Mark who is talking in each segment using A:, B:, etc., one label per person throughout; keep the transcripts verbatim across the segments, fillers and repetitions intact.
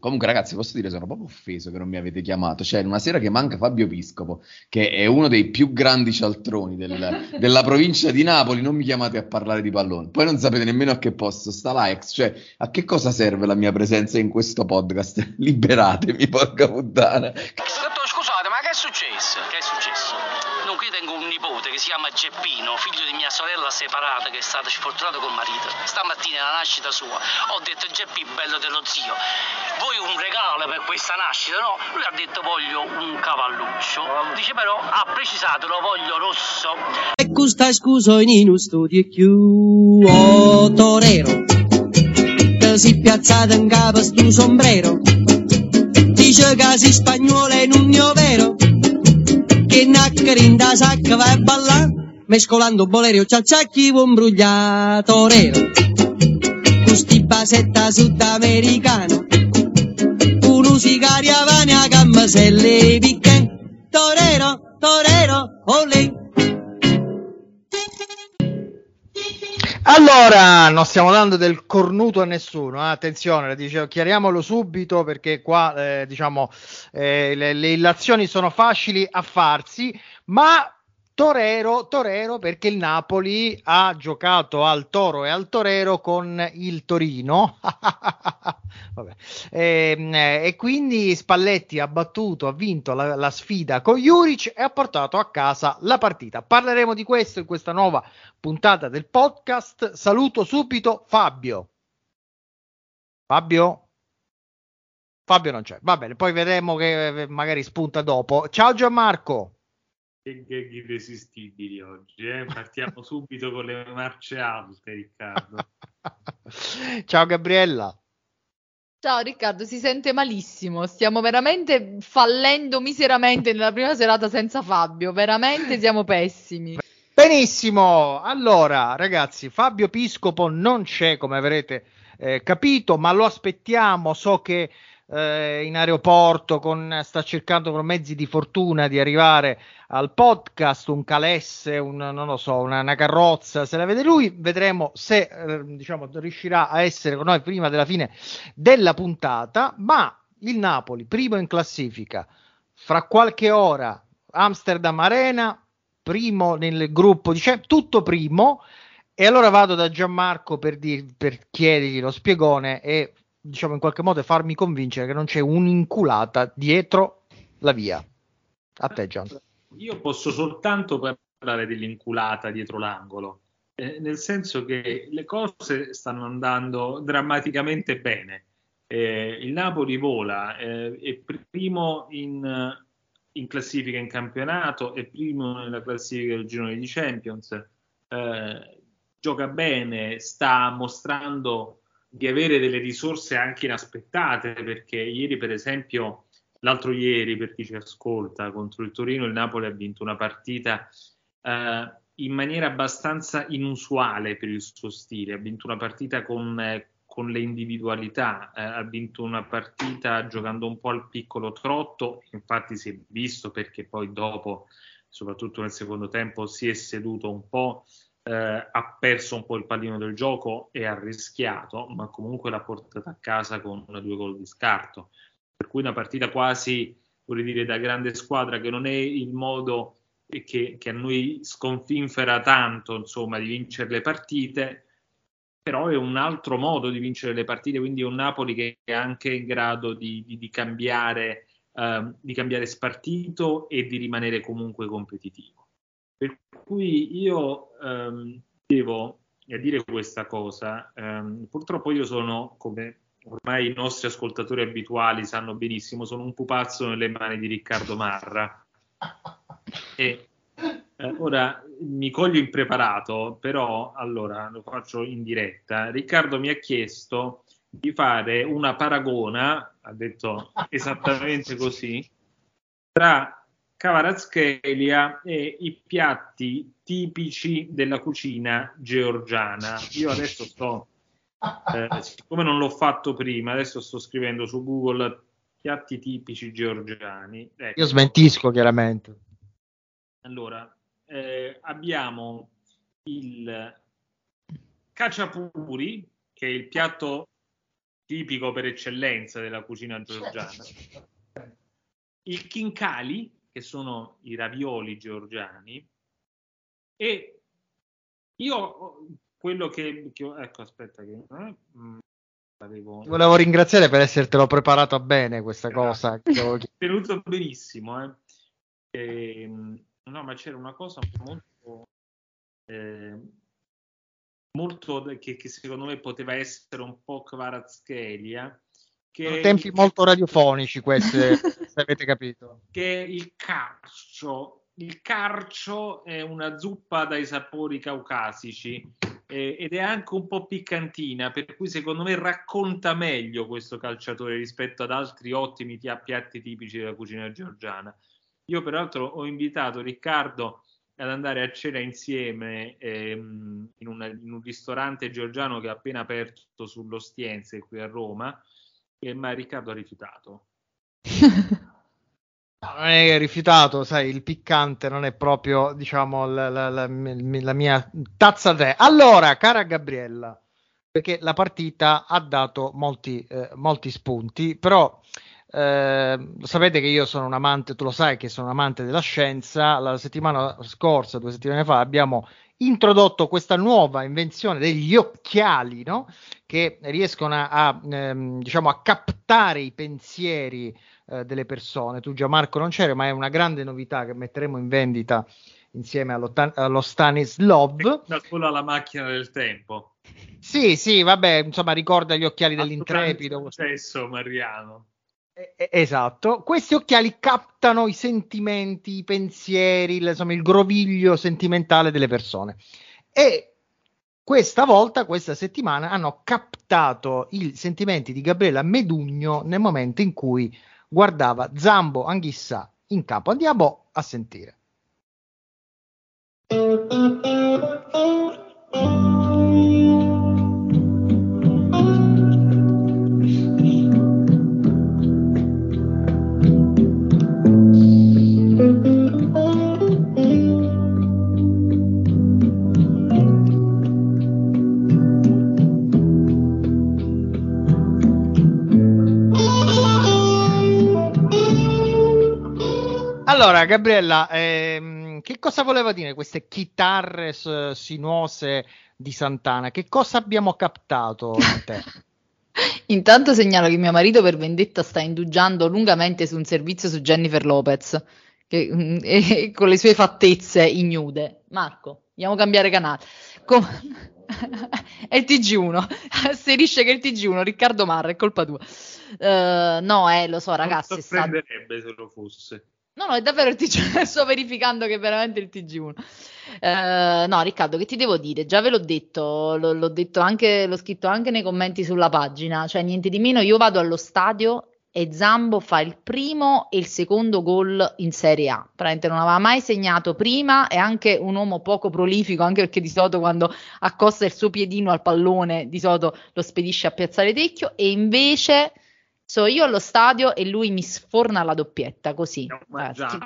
A: Comunque, ragazzi, posso dire, sono proprio offeso che non mi avete chiamato. Cioè, una sera che manca Fabio Piscopo, che è uno dei più grandi cialtroni del- della provincia di Napoli, non mi chiamate a parlare di pallone. Poi non sapete nemmeno a che posto sta l'Ajax. Cioè, a che cosa serve la mia presenza in questo podcast? Liberatemi, porca puttana.
B: Dottor, scusate, ma che è successo? Che è successo? Dunque, io tengo un nipote che si chiama Geppino, figlio di mia sorella separata che è stata sfortunata col marito. Stamattina alla nascita sua ho detto: Geppi, bello dello zio, vuoi un regalo per questa nascita? No? Lui ha detto: voglio un cavalluccio. Dice però, ha precisato, lo voglio rosso.
C: E questa scusa in uno studio più oh, torero che si piazzata in capo stu sombrero dice che si spagnuolo è un mio vero che naccarinda sacca va a ballare mescolando bolerio ciacciacchi un brugliato torero custi basetta sudamericano uno sicaria vania gammaselle picche torero torero olè.
D: Allora, non stiamo dando del cornuto a nessuno, eh? Attenzione, dicevo, chiariamolo subito perché qua eh, diciamo eh, le, le illazioni sono facili a farsi, ma Torero, Torero perché il Napoli ha giocato al Toro e al Torero con il Torino. Vabbè. E, e quindi Spalletti ha battuto, ha vinto la, la sfida con Juric e ha portato a casa la partita. Parleremo di questo in questa nuova puntata del podcast. Saluto subito Fabio. Fabio? Fabio non c'è. Va bene, poi vedremo che magari spunta dopo. Ciao Gianmarco.
E: Che gag irresistibili oggi, eh? Partiamo subito con le marce alte, Riccardo.
D: Ciao Gabriella.
F: Ciao Riccardo, si sente malissimo, stiamo veramente fallendo miseramente nella prima serata senza Fabio, veramente siamo pessimi.
D: Benissimo, allora ragazzi, Fabio Piscopo non c'è come avrete eh, capito, ma lo aspettiamo, so che eh, in aeroporto con, sta cercando con mezzi di fortuna di arrivare al podcast, un calesse, un, non lo so, una, una carrozza, se la vede lui, vedremo se eh, diciamo riuscirà a essere con noi prima della fine della puntata, ma il Napoli, primo in classifica, fra qualche ora Amsterdam Arena, primo nel gruppo, dice tutto primo, e allora vado da Gianmarco per, dir, per chiedergli lo spiegone e diciamo in qualche modo farmi convincere che non c'è un'inculata dietro la via. A te Gian.
E: Io posso soltanto parlare dell'inculata dietro l'angolo, eh, nel senso che le cose stanno andando drammaticamente bene. Eh, il Napoli vola, eh, è primo in, in classifica in campionato, è primo nella classifica del girone di Champions, eh, gioca bene, sta mostrando di avere delle risorse anche inaspettate, perché ieri per esempio, l'altro ieri per chi ci ascolta, contro il Torino il Napoli ha vinto una partita eh, in maniera abbastanza inusuale per il suo stile, ha vinto una partita con, eh, con le individualità, eh, ha vinto una partita giocando un po' al piccolo trotto, infatti si è visto perché poi dopo, soprattutto nel secondo tempo, si è seduto un po', eh, ha perso un po' il pallino del gioco e ha rischiato, ma comunque l'ha portata a casa con due gol di scarto, per cui una partita quasi, vorrei dire, da grande squadra, che non è il modo che, che a noi sconfinfera tanto, insomma, di vincere le partite, però è un altro modo di vincere le partite, quindi è un Napoli che è anche in grado di, di, di cambiare eh, di cambiare spartito e di rimanere comunque competitivo. Per cui io ehm, devo dire questa cosa, ehm, purtroppo io sono, come ormai i nostri ascoltatori abituali sanno benissimo, sono un pupazzo nelle mani di Riccardo Marra e eh, ora mi coglio impreparato, però allora lo faccio in diretta. Riccardo mi ha chiesto di fare una paragona, ha detto esattamente così, tra Kvaratskhelia e i piatti tipici della cucina georgiana. Io adesso sto, eh, siccome non l'ho fatto prima, adesso sto scrivendo su Google piatti tipici georgiani. Ecco.
D: Io smentisco chiaramente.
E: Allora, eh, abbiamo il khachapuri, che è il piatto tipico per eccellenza della cucina georgiana. Il khinkali, che sono i ravioli georgiani, e io quello che, che ecco, aspetta che eh, mh, avevo...
D: Volevo ringraziare per essertelo preparato bene questa cosa.
E: Ho tenuto benissimo, eh. E, no, ma c'era una cosa molto eh, molto che, che secondo me poteva essere un po' Kvaratskhelia, che
D: sono tempi molto radiofonici questi, se avete capito,
E: che è il carcio. Il carcio è una zuppa dai sapori caucasici eh, ed è anche un po' piccantina, per cui secondo me racconta meglio questo calciatore rispetto ad altri ottimi piatti tipici della cucina georgiana. Io peraltro ho invitato Riccardo ad andare a cena insieme ehm, in, una, in un ristorante georgiano che ha appena aperto sull'Ostiense qui a Roma, e, ma Riccardo ha rifiutato.
D: Non è rifiutato, sai, il piccante non è proprio, diciamo, la, la, la, la mia tazza tè. Allora, cara Gabriella, perché la partita ha dato molti, eh, molti spunti, però eh, sapete che io sono un amante, tu lo sai che sono un amante della scienza. La settimana scorsa, due settimane fa, abbiamo introdotto questa nuova invenzione degli occhiali, no? Che riescono a, a ehm, diciamo, a captare i pensieri eh, delle persone. Tu, Gianmarco, non c'eri, ma è una grande novità che metteremo in vendita insieme allo, allo Stanislov.
E: Da solo alla macchina del tempo.
D: Sì, sì, vabbè, insomma, ricorda gli occhiali dell'Intrepido.
E: Successo, Mariano.
D: Esatto, questi occhiali captano i sentimenti, i pensieri, il, insomma, il groviglio sentimentale delle persone, e questa volta, questa settimana, hanno captato i sentimenti di Gabriella Medugno nel momento in cui guardava Zambo Anghissà in capo. Andiamo a sentire. Allora, Gabriella, ehm, che cosa voleva dire queste chitarre s- sinuose di Santana? Che cosa abbiamo captato in te?
F: Intanto segnalo che mio marito per vendetta sta indugiando lungamente su un servizio su Jennifer Lopez, che, mm, e, con le sue fattezze ignude. Marco, andiamo a cambiare canale. Com- è il T G uno, asserisce che è il T G uno, Riccardo Marra, è colpa tua. Uh, no, eh, lo so, ragazzi.
E: Non sorprenderebbe se lo fosse.
F: No, no, è davvero il T G uno, sto verificando che è veramente il T G uno. Uh, no, Riccardo, che ti devo dire? Già ve l'ho detto, l- l'ho detto anche, l'ho scritto anche nei commenti sulla pagina, cioè niente di meno, io vado allo stadio e Zambo fa il primo e il secondo gol in Serie A. Praticamente non aveva mai segnato prima, è anche un uomo poco prolifico, anche perché di solito quando accosta il suo piedino al pallone, di solito lo spedisce a Piazzale Tecchio, e invece so io allo stadio e lui mi sforna la doppietta, così. Eh, che,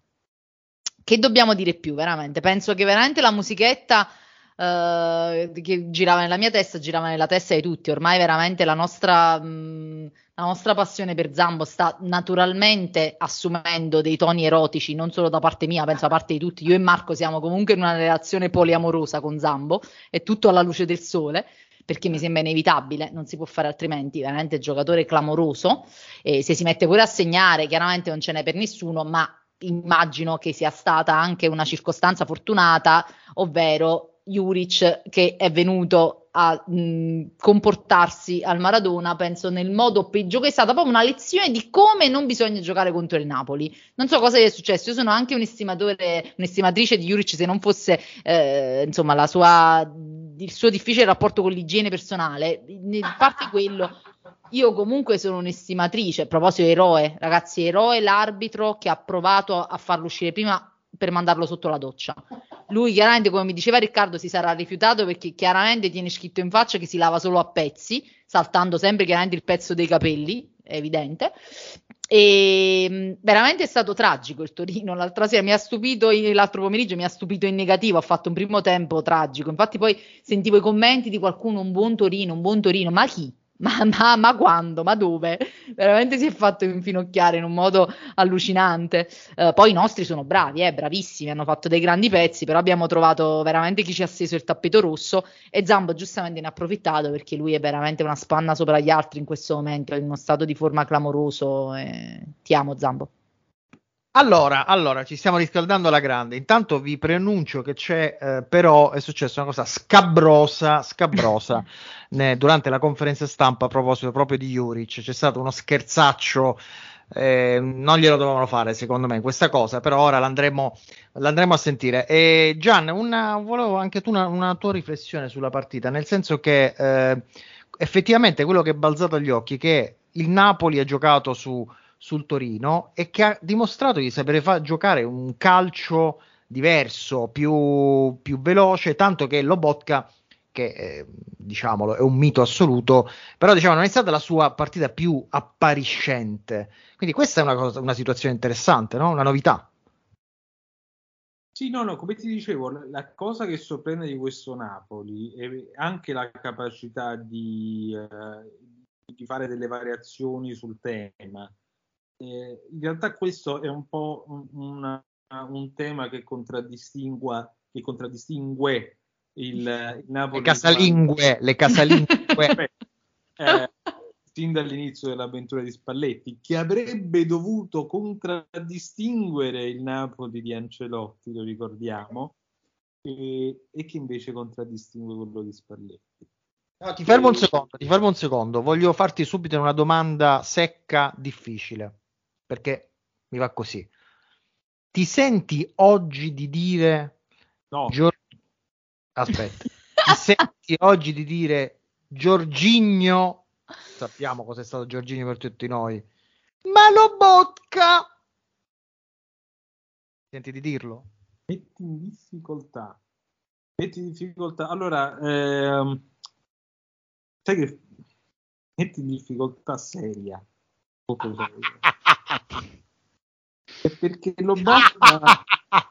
F: che dobbiamo dire più, veramente? Penso che veramente la musichetta Uh, che girava nella mia testa, girava nella testa di tutti. Ormai veramente la nostra, mh, la nostra passione per Zambo sta naturalmente assumendo dei toni erotici, non solo da parte mia, penso da parte di tutti. Io e Marco siamo comunque in una relazione poliamorosa con Zambo, è tutto alla luce del sole, perché mi sembra inevitabile, non si può fare altrimenti, veramente giocatore clamoroso, e se si mette pure a segnare chiaramente non ce n'è per nessuno, ma immagino che sia stata anche una circostanza fortunata, ovvero Juric che è venuto a mh, comportarsi al Maradona, penso nel modo peggiore. È stata proprio una lezione di come non bisogna giocare contro il Napoli. Non so cosa gli è successo, io sono anche un estimatore, un'estimatrice di Juric, se non fosse eh, insomma la sua, il suo difficile rapporto con l'igiene personale, a parte quello. Io comunque sono un'estimatrice. A proposito eroe, ragazzi, eroe l'arbitro che ha provato a farlo uscire prima per mandarlo sotto la doccia. Lui chiaramente, come mi diceva Riccardo, si sarà rifiutato perché chiaramente tiene scritto in faccia che si lava solo a pezzi, saltando sempre chiaramente il pezzo dei capelli, è evidente. E mh, veramente è stato tragico il Torino l'altra sera, mi ha stupito, l'altro pomeriggio mi ha stupito in negativo, ha fatto un primo tempo tragico. Infatti poi sentivo i commenti di qualcuno: un buon Torino, un buon Torino, ma chi? Ma, ma, ma quando? Ma dove? Veramente si è fatto infinocchiare in un modo allucinante. Uh, poi i nostri sono bravi, eh, bravissimi, hanno fatto dei grandi pezzi, però abbiamo trovato veramente chi ci ha steso il tappeto rosso e Zambo giustamente ne ha approfittato perché lui è veramente una spanna sopra gli altri in questo momento, è in uno stato di forma clamoroso. E... Ti amo, Zambo.
D: Allora, allora, ci stiamo riscaldando alla grande. Intanto vi preannuncio che c'è, eh, però è successa una cosa scabrosa, scabrosa ne, durante la conferenza stampa a proposito proprio di Juric. C'è stato uno scherzaccio, eh, non glielo dovevano fare secondo me questa cosa, però ora l'andremo, l'andremo a sentire. E Gian, una, volevo anche tu una, una tua riflessione sulla partita, nel senso che eh, effettivamente quello che è balzato agli occhi è che il Napoli ha giocato su sul Torino e che ha dimostrato di sapere far giocare un calcio diverso, più, più veloce, tanto che Lobotka, che eh, diciamolo è un mito assoluto, però diciamo non è stata la sua partita più appariscente, quindi questa è una, cosa, una situazione interessante, no? Una novità.
E: Sì, no, no, come ti dicevo, la cosa che sorprende di questo Napoli è anche la capacità di, eh, di fare delle variazioni sul tema. Eh, in realtà questo è un po' un, una, un tema che contraddistingue, che contraddistingue il, il Napoli.
D: Le casalingue, le casalingue.
E: eh, sin dall'inizio dell'avventura di Spalletti, che avrebbe dovuto contraddistinguere il Napoli di Ancelotti, lo ricordiamo, e, e che invece contraddistingue quello di Spalletti.
D: No, ti fermo un secondo, ti fermo un secondo, voglio farti subito una domanda secca, difficile. Perché mi va così. Ti senti oggi di dire
E: no.
D: Gior... aspetta, ti senti oggi di dire Jorginho, sappiamo cos'è stato Jorginho per tutti noi, ma Lobotka, senti di dirlo?
E: Metti in difficoltà metti in difficoltà allora ehm, sai che metti in difficoltà seria molto seria. È perché Lobotka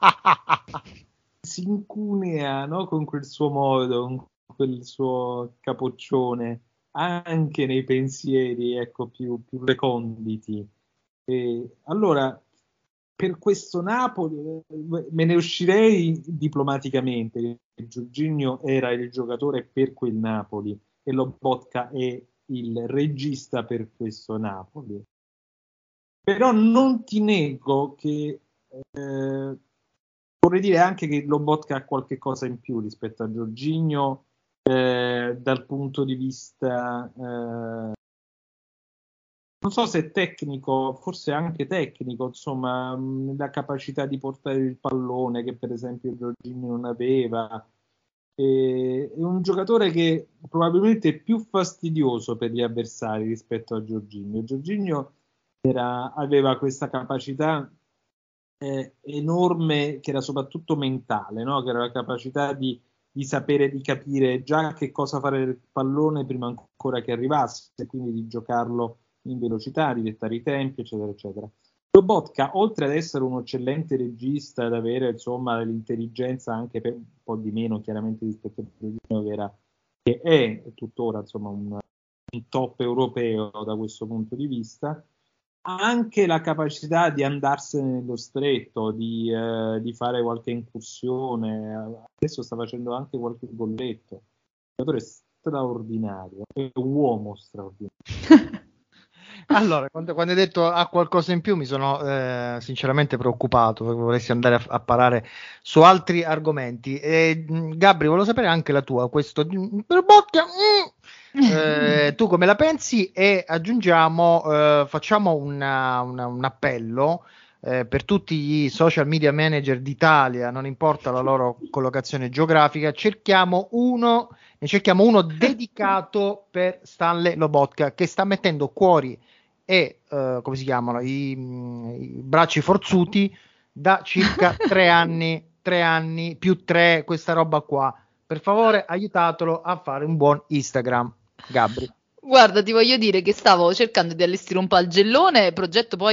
E: si incunea, no, con quel suo modo, con quel suo capoccione, anche nei pensieri, ecco, più, più reconditi. E allora, per questo Napoli, me ne uscirei diplomaticamente. Jorginho era il giocatore per quel Napoli e Lobotka è il regista per questo Napoli. Però non ti nego che eh, vorrei dire anche che Lobotka ha qualche cosa in più rispetto a Jorginho eh, dal punto di vista eh, non so se è tecnico, forse anche tecnico, insomma, mh, la capacità di portare il pallone che per esempio Jorginho non aveva. E, è un giocatore che probabilmente è più fastidioso per gli avversari rispetto a Jorginho. Jorginho Era, aveva questa capacità eh, enorme che era soprattutto mentale, no? Che era la capacità di, di sapere, di capire già che cosa fare del pallone prima ancora che arrivasse, e quindi di giocarlo in velocità, di dettare i tempi, eccetera, eccetera. Lobotka, oltre ad essere un eccellente regista, ad avere insomma l'intelligenza anche per un po' di meno chiaramente rispetto a Jorginho, che era che è tuttora insomma un, un top europeo da questo punto di vista, ha anche la capacità di andarsene nello stretto, di, eh, di fare qualche incursione. Adesso sta facendo anche qualche golletto. Un giocatore straordinario, è un uomo straordinario.
D: Allora, quando, quando hai detto ha qualcosa in più mi sono eh, sinceramente preoccupato, perché volessi andare a, a parare su altri argomenti. E, Gabri, volevo sapere anche la tua, questo per bocca, mm, eh, tu come la pensi? E aggiungiamo, eh, facciamo una, una, un appello eh, per tutti i social media manager d'Italia, non importa la loro collocazione geografica, cerchiamo uno, ne cerchiamo uno dedicato per Stanley Lobotka, che sta mettendo cuori e uh, come si chiamano i, i bracci forzuti da circa tre anni, tre anni più tre, questa roba qua. Per favore, aiutatelo a fare un buon Instagram. Gabri.
F: Guarda, ti voglio dire che stavo cercando di allestire un po' il gellone, progetto poi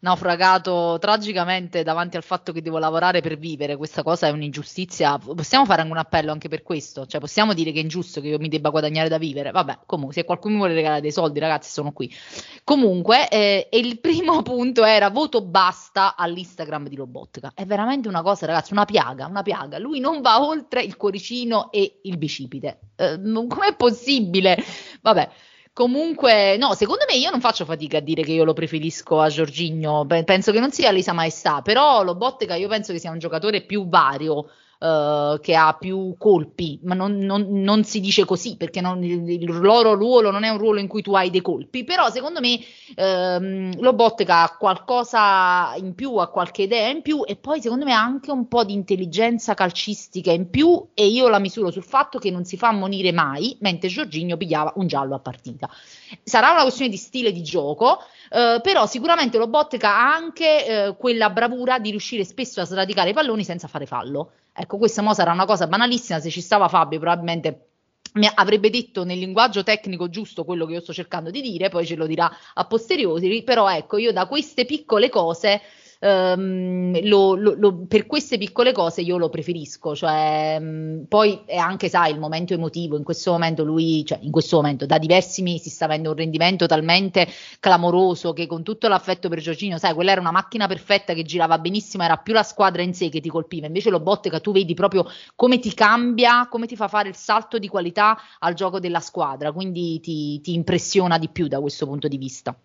F: naufragato tragicamente davanti al fatto che devo lavorare per vivere. Questa cosa è un'ingiustizia. Possiamo fare anche un appello anche per questo, cioè possiamo dire che è ingiusto che io mi debba guadagnare da vivere. Vabbè, comunque se qualcuno mi vuole regalare dei soldi, ragazzi, sono qui. Comunque eh, e il primo punto era voto basta all'Instagram di Lobotka. È veramente una cosa, ragazzi, una piaga, una piaga. Lui non va oltre il cuoricino e il bicipite. Eh, com'è possibile? Vabbè. Comunque, no, secondo me io non faccio fatica a dire che io lo preferisco a Jorginho, Pe- penso che non sia Lisa Maestà, però Lobotka io penso che sia un giocatore più vario, eh, che ha più colpi, ma non, non- non si dice così, perché non- il, il loro ruolo non è un ruolo in cui tu hai dei colpi, però secondo me ehm, Lobotka ha qualcosa in più, ha qualche idea in più e poi secondo me ha anche un po' di intelligenza calcistica in più e io la misuro sul fatto che non si fa ammonire mai, mentre Jorginho pigliava un giallo a partita. Sarà una questione di stile di gioco, eh, però sicuramente Lobotka ha anche eh, quella bravura di riuscire spesso a sradicare i palloni senza fare fallo. Ecco, questa mo sarà una cosa banalissima, se ci stava Fabio probabilmente mi avrebbe detto nel linguaggio tecnico giusto quello che io sto cercando di dire, poi ce lo dirà a posteriori, però ecco, io da queste piccole cose, ehm, lo- lo- lo- per queste piccole cose io lo preferisco, cioè, mh, poi è anche, sai, il momento emotivo, in questo momento lui, cioè in questo momento, da diversi mesi sta avendo un rendimento talmente clamoroso che con tutto l'affetto per Jorginho, sai, quella era una macchina perfetta che girava benissimo, era più la squadra in sé che ti colpiva, invece Lobotka tu vedi proprio come ti cambia, come ti fa fare il salto di qualità al gioco della squadra, quindi ti, ti impressiona di più da questo punto di vista.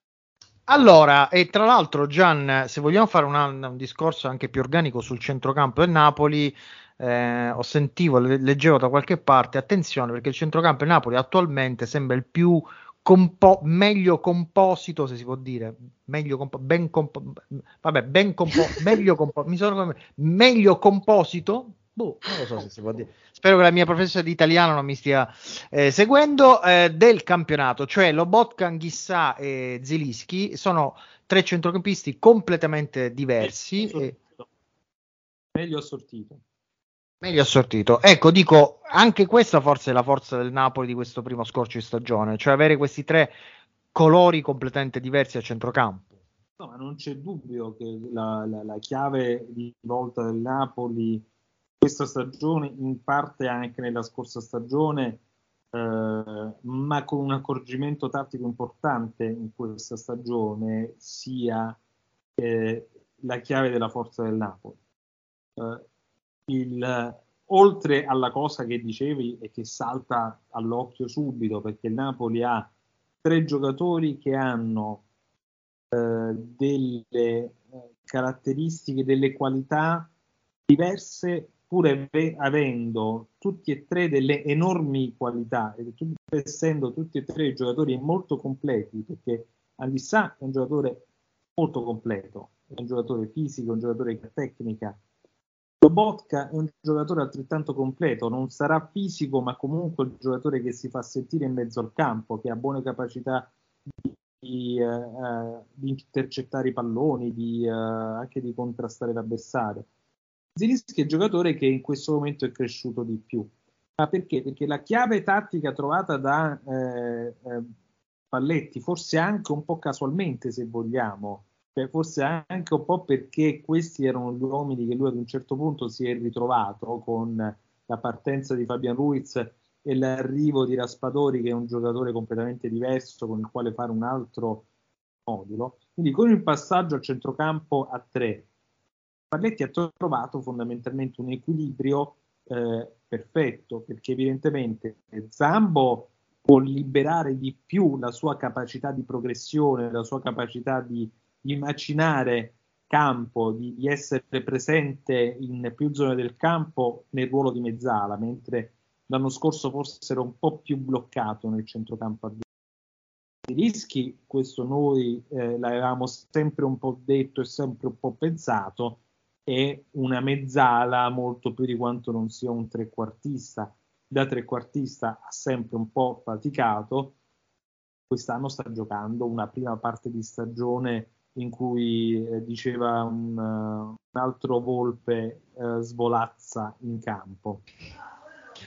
D: Allora, e tra l'altro, Gian, se vogliamo fare una- un discorso anche più organico sul centrocampo del Napoli, eh, ho sentivo, le- leggevo da qualche parte, attenzione perché il centrocampo del Napoli attualmente sembra il più compo- meglio composito, se si può dire, meglio compo- ben compo- vabbè, ben compo- meglio compo- mi sono meglio composito, boh, non lo so se si può dire. Spero che la mia professoressa di italiano non mi stia eh, seguendo, eh, del campionato, cioè Lobotka, Anghissà e Zielinski sono tre centrocampisti completamente diversi e
E: Meglio assortito.
D: meglio assortito. Ecco, dico, anche questa forse è la forza del Napoli di questo primo scorcio di stagione, cioè avere questi tre colori completamente diversi a centrocampo.
E: No, ma non c'è dubbio che la, la- la chiave di volta del Napoli questa stagione, in parte anche nella scorsa stagione, eh, ma con un accorgimento tattico importante in questa stagione, sia eh, la chiave della forza del Napoli. Eh, il, oltre alla cosa che dicevi e che salta all'occhio subito, perché il Napoli ha tre giocatori che hanno eh, delle eh, caratteristiche, delle qualità diverse, pur ave- avendo tutti e tre delle enormi qualità, ed tu- essendo tutti e tre giocatori molto completi, perché Anghissà è un giocatore molto completo, è un giocatore fisico, un giocatore che ha tecnica. Lobotka è un giocatore altrettanto completo, non sarà fisico, ma comunque un giocatore che si fa sentire in mezzo al campo, che ha buone capacità di, eh, di intercettare i palloni, di, eh, anche di contrastare l'avversario. Zielinski è il giocatore che in questo momento è cresciuto di più. Ma perché? Perché la chiave tattica trovata da eh, eh, Spalletti, forse anche un po' casualmente, se vogliamo, cioè forse anche un po' perché questi erano gli uomini che lui ad un certo punto si è ritrovato con la partenza di Fabian Ruiz e l'arrivo di Raspadori, che è un giocatore completamente diverso con il quale fare un altro modulo. Quindi con il passaggio al centrocampo a tre, Spalletti ha trovato fondamentalmente un equilibrio eh, perfetto, perché evidentemente Zambo può liberare di più la sua capacità di progressione, la sua capacità di, di macinare campo, di, di essere presente in più zone del campo nel ruolo di mezzala, mentre l'anno scorso forse era un po' più bloccato nel centrocampo a due. I rischi, questo noi eh, l'avevamo sempre un po' detto e sempre un po' pensato, è una mezzala molto più di quanto non sia un trequartista. Da trequartista ha sempre un po' faticato, quest'anno sta giocando una prima parte di stagione in cui eh, diceva un, uh, un altro Volpe uh, svolazza in campo.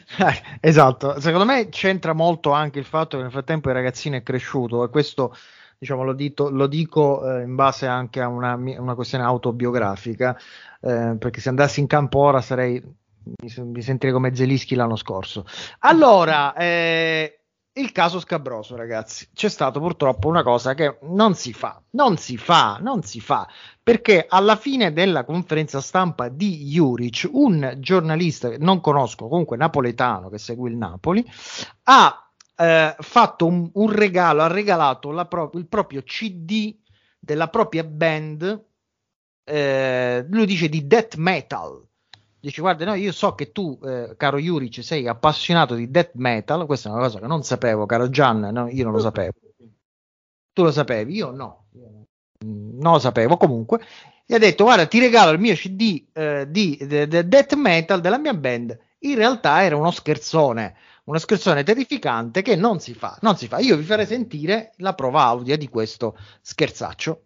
D: Esatto, secondo me c'entra molto anche il fatto che nel frattempo il ragazzino è cresciuto e questo diciamo, lo, dito, lo dico eh, in base anche a una, una questione autobiografica, eh, perché se andassi in campo ora sarei, mi, mi sentirei come Zelinski l'anno scorso. Allora, eh, il caso scabroso, ragazzi, c'è stato purtroppo una cosa che non si fa, non si fa, non si fa, perché alla fine della conferenza stampa di Juric, un giornalista che non conosco, comunque napoletano che segue il Napoli, ha eh, fatto un, un regalo, ha regalato la pro- il proprio C D della propria band, eh, lui dice di death metal. Dice, guarda, no, io so che tu, eh, caro Juric, sei appassionato di death metal. Questa è una cosa che non sapevo, caro Gian, no, io non lo sapevo. Tu lo sapevi? Io no. Non lo sapevo, comunque. E ha detto, guarda, ti regalo il mio C D eh, di de, de death metal della mia band. In realtà era uno scherzone, uno scherzone terrificante che non si fa, non si fa. Io vi farei sentire la prova audio di questo scherzaccio.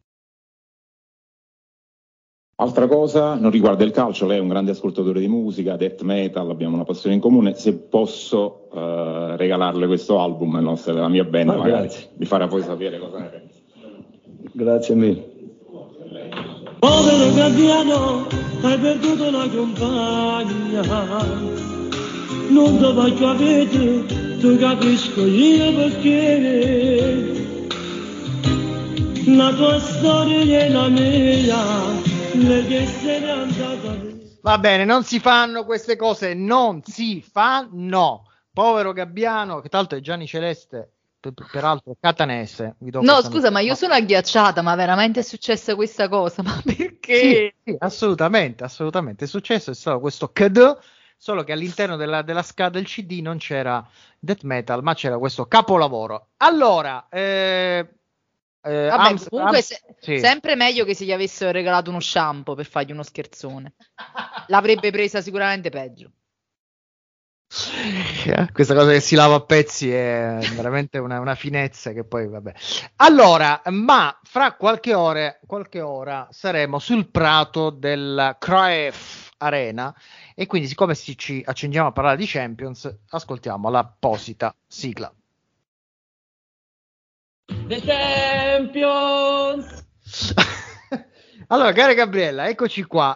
G: Altra cosa, non riguarda il calcio, lei è un grande ascoltatore di musica, death metal, abbiamo una passione in comune, se posso uh, regalarle questo album, no, se della mia band, ah, magari grazie. Mi farà poi sapere cosa ne pensa.
H: Grazie mille.
C: Povero Gabbiano, hai perduto la compagna, non ti faccio avere, tu capisco io perché, la tua storia è la mia.
D: Va bene, non si fanno queste cose, non si fanno. Povero Gabbiano, che tra l'altro è Gianni Celeste, per, peraltro catanese. Vi do
F: no,
D: questa
F: scusa, ma io sono agghiacciata, ma veramente è successa questa cosa? Ma perché?
D: Sì, sì, assolutamente, assolutamente. È successo, è stato questo C D, solo che all'interno della, della scheda del C D non c'era death metal, ma c'era questo capolavoro. Allora, eh... Eh,
F: Vabbè,
D: Ams-
F: comunque
D: Ams-
F: se-
D: sì.
F: sempre meglio che se gli avessero regalato uno shampoo per fargli uno scherzone. L'avrebbe presa sicuramente peggio.
D: Questa cosa che si lava a pezzi è veramente una, una finezza che poi vabbè. Allora, ma fra qualche ora, qualche ora saremo sul prato del Cruyff Arena e quindi siccome si, ci accendiamo a parlare di Champions, ascoltiamo l'apposita sigla.
C: The Champions.
D: Allora, cara Gabriella, eccoci qua.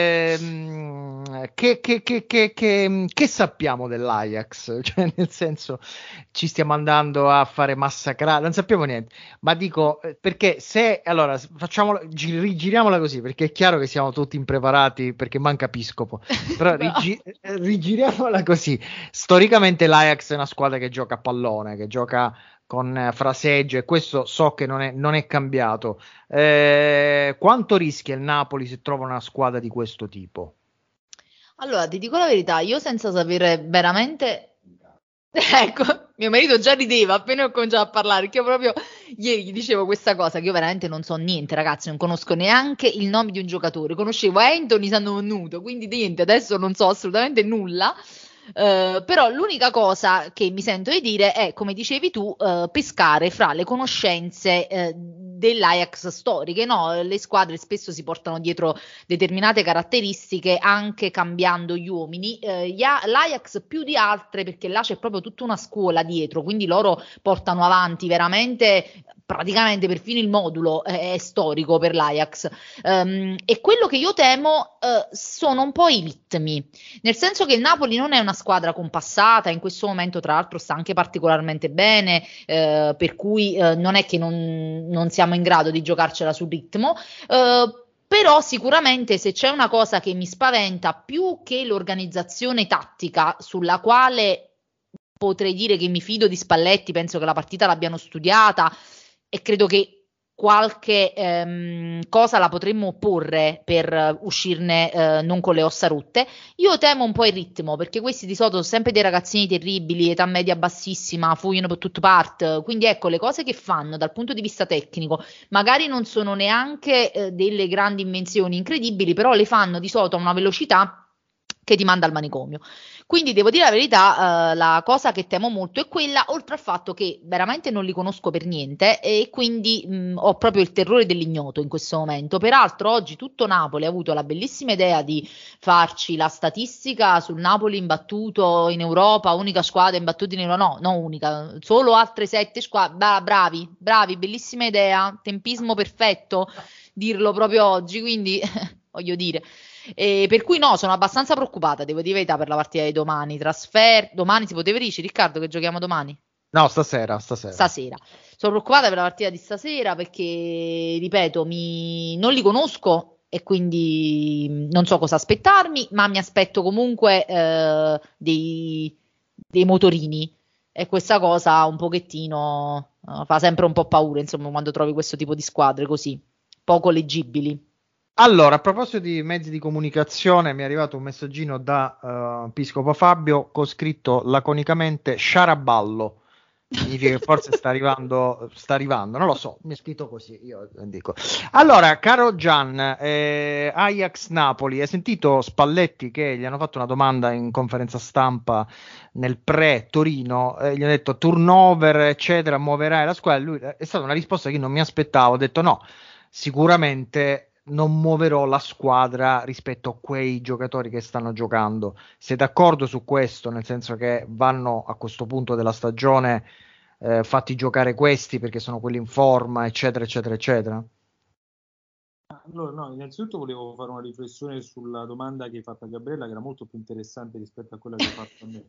D: Ehm, che, che, che, che, che, che sappiamo dell'Ajax? Cioè, nel senso, ci stiamo andando a fare massacrare, non sappiamo niente. Ma dico, perché se, allora, facciamola, gi- rigiriamola così, perché è chiaro che siamo tutti impreparati, perché manca Piscopo. Però
F: No.
D: rigi- rigiriamola così. Storicamente l'Ajax è una squadra che gioca a pallone, che gioca con eh, fraseggio, e questo so che non è, non è cambiato. Eh, quanto rischia il Napoli se trova una squadra di questo tipo?
F: Allora, ti dico la verità, io senza sapere veramente... Ecco, mio marito già rideva appena ho cominciato a parlare, perché io proprio ieri gli dicevo questa cosa, che io veramente non so niente, ragazzi, non conosco neanche il nome di un giocatore, conoscevo Anthony Sannuto, quindi niente, adesso non so assolutamente nulla. Uh, però l'unica cosa che mi sento di dire è, come dicevi tu, uh, pescare fra le conoscenze uh, dell'Ajax storiche, no? Le squadre spesso si portano dietro determinate caratteristiche anche cambiando gli uomini, uh, gli A- l'Ajax più di altre perché là c'è proprio tutta una scuola dietro, quindi loro portano avanti veramente praticamente perfino il modulo è, è storico per l'Ajax, um, e quello che io temo uh, sono un po' i ritmi, nel senso che il Napoli non è una squadra compassata, in questo momento tra l'altro sta anche particolarmente bene, eh, per cui eh, non è che non, non siamo in grado di giocarcela sul ritmo, eh, però sicuramente se c'è una cosa che mi spaventa più che l'organizzazione tattica, sulla quale potrei dire che mi fido di Spalletti, penso che la partita l'abbiano studiata e credo che qualche ehm, cosa la potremmo porre per uh, uscirne uh, non con le ossa rotte. Io temo un po' il ritmo, perché questi di solito sono sempre dei ragazzini terribili, età media bassissima, fuggono per tutte parti, quindi ecco, le cose che fanno dal punto di vista tecnico magari non sono neanche eh, delle grandi invenzioni incredibili, però le fanno di solito a una velocità che ti manda al manicomio. Quindi devo dire la verità, eh, la cosa che temo molto è quella, oltre al fatto che veramente non li conosco per niente e quindi mh, ho proprio il terrore dell'ignoto in questo momento. Peraltro oggi tutto Napoli ha avuto la bellissima idea di farci la statistica sul Napoli imbattuto in Europa, unica squadra imbattuta in Europa, no, no unica, solo altre sette squadre, Bra- bravi, bravi, bellissima idea, tempismo perfetto dirlo proprio oggi, quindi voglio dire... E per cui no, sono abbastanza preoccupata, devo dire la verità, per la partita di domani. Trasfer... Domani si poteva dire, Riccardo, che giochiamo domani?
D: No, stasera, stasera.
F: Stasera. Sono preoccupata per la partita di stasera perché, ripeto, mi... non li conosco e quindi non so cosa aspettarmi, ma mi aspetto comunque eh, dei... dei motorini. E questa cosa un pochettino uh, fa sempre un po' paura, insomma, quando trovi questo tipo di squadre così, poco leggibili.
D: Allora, a proposito di mezzi di comunicazione, mi è arrivato un messaggino da uh, Piscopo Fabio con scritto laconicamente Sciaraballo. Significa che forse sta arrivando, sta arrivando, non lo so, mi è scritto così, io dico. Allora, caro Gian, eh, Ajax Napoli, hai sentito Spalletti che gli hanno fatto una domanda in conferenza stampa nel pre-Torino, eh, gli hanno detto turnover, eccetera, muoverai la squadra, lui, è stata una risposta che io non mi aspettavo, ho detto no, sicuramente non muoverò la squadra rispetto a quei giocatori che stanno giocando. Sei d'accordo su questo? Nel senso che vanno a questo punto della stagione eh, fatti giocare questi perché sono quelli in forma, eccetera, eccetera, eccetera?
E: Allora, no, innanzitutto volevo fare una riflessione sulla domanda che hai fatto a Gabriella, che era molto più interessante rispetto a quella che hai fatto a me.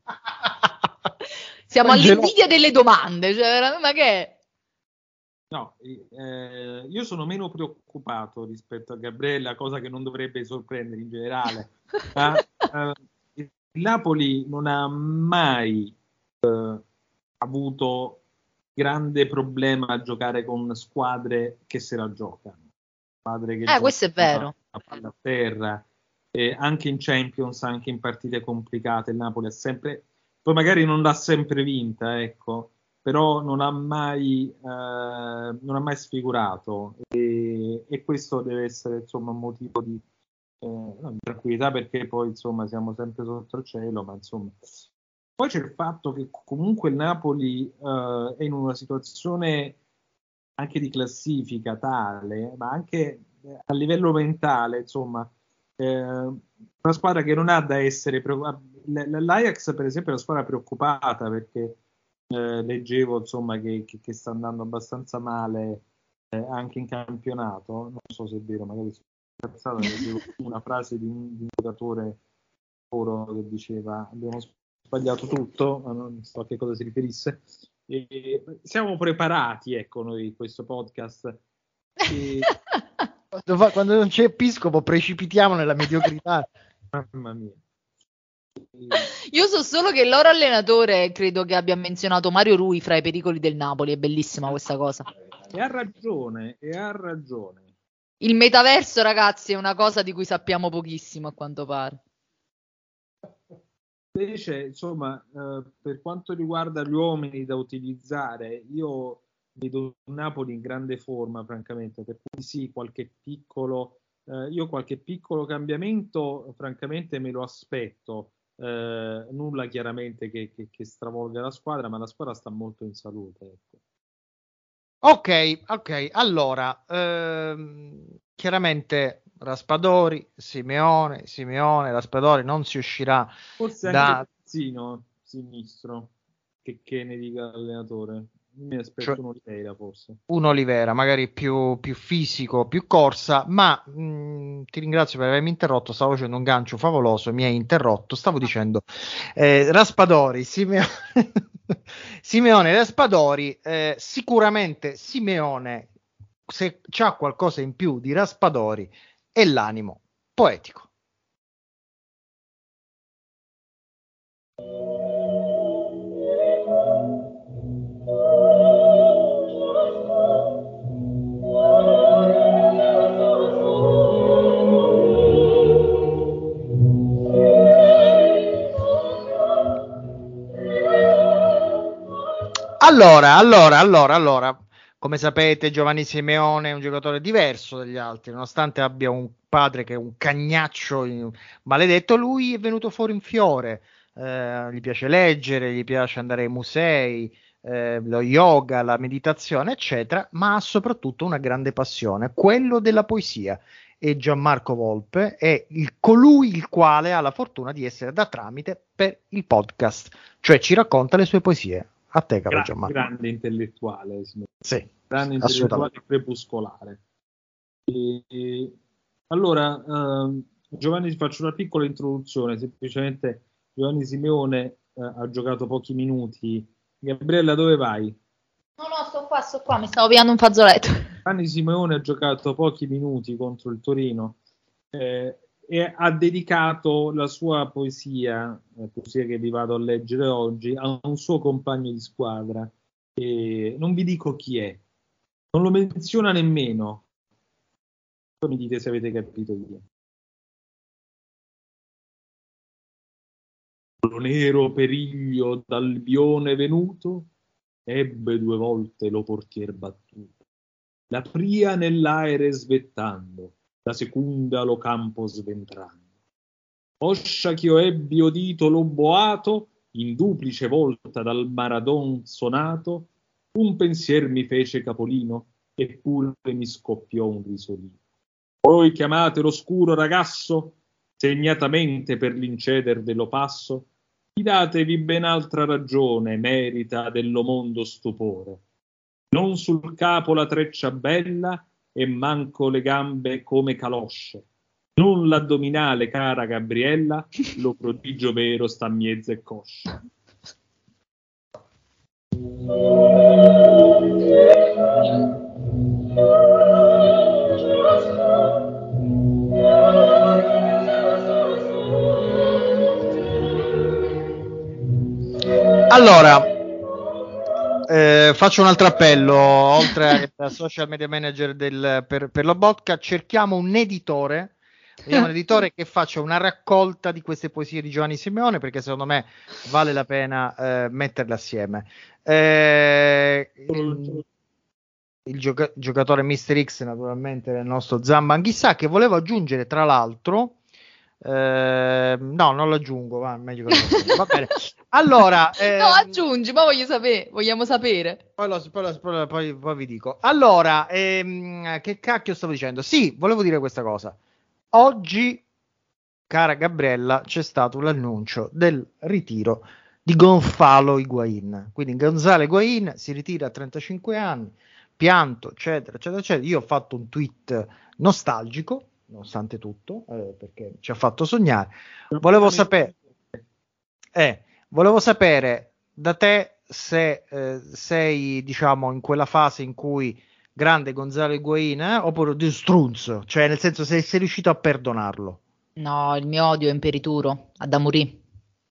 F: Siamo all'invidia delle domande, cioè, ma che è?
E: No, eh, io sono meno preoccupato rispetto a Gabriella, cosa che non dovrebbe sorprendere in generale. Ma, eh, il Napoli non ha mai eh, avuto grande problema a giocare con squadre che se la giocano. Squadre che
F: eh, questo è vero.
E: La palla a terra, eh, anche in Champions, anche in partite complicate, il Napoli ha sempre, poi magari non l'ha sempre vinta, ecco. Però non ha mai eh, non ha mai sfigurato e, e questo deve essere insomma un motivo di, eh, no, di tranquillità, perché poi insomma siamo sempre sotto il cielo, ma insomma poi c'è il fatto che comunque il Napoli eh, è in una situazione anche di classifica tale, ma anche a livello mentale, insomma eh, una squadra che non ha da essere preoccupata. L'Ajax per esempio è una squadra preoccupata perché Eh, leggevo insomma che, che, che sta andando abbastanza male eh, anche in campionato, non so se è vero, magari sono scazzato, leggevo una frase di un, di un giocatore oro che diceva abbiamo sbagliato tutto, ma non so a che cosa si riferisse, e siamo preparati, ecco, noi questo podcast e...
D: quando, fa, quando non c'è Episcopo precipitiamo nella mediocrità.
E: Mamma mia.
F: Io so solo che il loro allenatore credo che abbia menzionato Mario Rui fra i pericoli del Napoli, è bellissima questa cosa.
E: E ha ragione, e ha ragione.
F: Il metaverso, ragazzi, è una cosa di cui sappiamo pochissimo a quanto pare.
E: Invece, insomma, eh, per quanto riguarda gli uomini da utilizzare, io vedo Napoli in grande forma, francamente, per cui sì, qualche piccolo, eh, io qualche piccolo cambiamento, francamente, me lo aspetto. Eh, nulla chiaramente che, che, che stravolga la squadra, ma la squadra sta molto in salute, ecco.
D: Ok, ok, allora ehm, chiaramente Raspadori, Simeone, Simeone, Raspadori non si uscirà
E: forse
D: da...
E: anche Pizzino sinistro, che, che ne dica l'allenatore. Mi aspetto
D: cioè,
E: un Oliveira forse.
D: Un Oliveira, magari più, più fisico, più corsa, ma mh, ti ringrazio per avermi interrotto, stavo facendo un gancio favoloso, mi hai interrotto, stavo dicendo eh, Raspadori, Simeone, Simeone Raspadori, eh, sicuramente Simeone, se c'ha qualcosa in più di Raspadori, è l'animo poetico. Allora, allora, allora, allora, come sapete Giovanni Simeone è un giocatore diverso dagli altri, nonostante abbia un padre che è un cagnaccio in... maledetto, lui è venuto fuori in fiore, eh, gli piace leggere, gli piace andare ai musei, eh, lo yoga, la meditazione eccetera, ma ha soprattutto una grande passione, quello della poesia. E Gianmarco Volpe è il, colui il quale ha la fortuna di essere da tramite per il podcast, cioè ci racconta le sue poesie. A te, caro
E: Gra-
D: Gianmarco.
E: Grande intellettuale,
D: sì,
E: grande intellettuale crepuscolare. E, e, allora, uh, Giovanni, ti faccio una piccola introduzione. Semplicemente, Giovanni Simeone uh, ha giocato pochi minuti. Gabriella, dove vai?
F: No, no, sto qua, sto qua, mi stavo pigliando un fazzoletto.
E: Giovanni Simeone ha giocato pochi minuti contro il Torino eh, e ha dedicato la sua poesia, la poesia che vi vado a leggere oggi, a un suo compagno di squadra. E non vi dico chi è, non lo menziona nemmeno. Poi mi dite se avete capito chi è. Lo nero periglio d'Albione venuto ebbe due volte lo portier battuto. La pria nell'aere svettando, la secunda lo campo sventrando. Oscia ch'io ebbi udito lo boato, in duplice volta dal Maradon sonato, un pensier mi fece capolino, eppure mi scoppiò un risolino. Voi chiamate l'oscuro ragasso, segnatamente per l'inceder dello passo, fidatevi ben altra ragione merita dello mondo stupore. Non sul capo la treccia bella e manco le gambe come calosce. Non l'addominale, cara Gabriella, lo prodigio vero sta miezza e coscia.
D: Allora, eh, faccio un altro appello, oltre al social media manager del, per, per la Botka, cerchiamo un editore, vogliamo un editore che faccia una raccolta di queste poesie di Giovanni Simeone, perché secondo me vale la pena eh, metterle assieme. Eh, il, il gioca- giocatore mister X, naturalmente, il nostro Zamba Anghissà, che volevo aggiungere, tra l'altro, Eh, no, non lo aggiungo, va, meglio che lo va bene. Allora, ehm,
F: no, aggiungi, ma voglio sapere, vogliamo sapere.
D: Poi, lo, poi, lo, poi, poi vi dico. Allora, ehm, che cacchio stavo dicendo? Sì, volevo dire questa cosa. Oggi, cara Gabriella, c'è stato l'annuncio del ritiro di Gonzalo Higuain. Quindi Gonzalo Higuain si ritira a trentacinque anni, pianto, eccetera, eccetera, eccetera. Io ho fatto un tweet nostalgico, nonostante tutto, eh, perché ci ha fatto sognare. Volevo sapere, eh, volevo sapere da te se eh, sei, diciamo, in quella fase in cui grande Gonzalo Higuain, eh, oppure di strunzo, cioè nel senso se sei riuscito a perdonarlo.
F: No, il mio odio è imperituro, ad Amorì.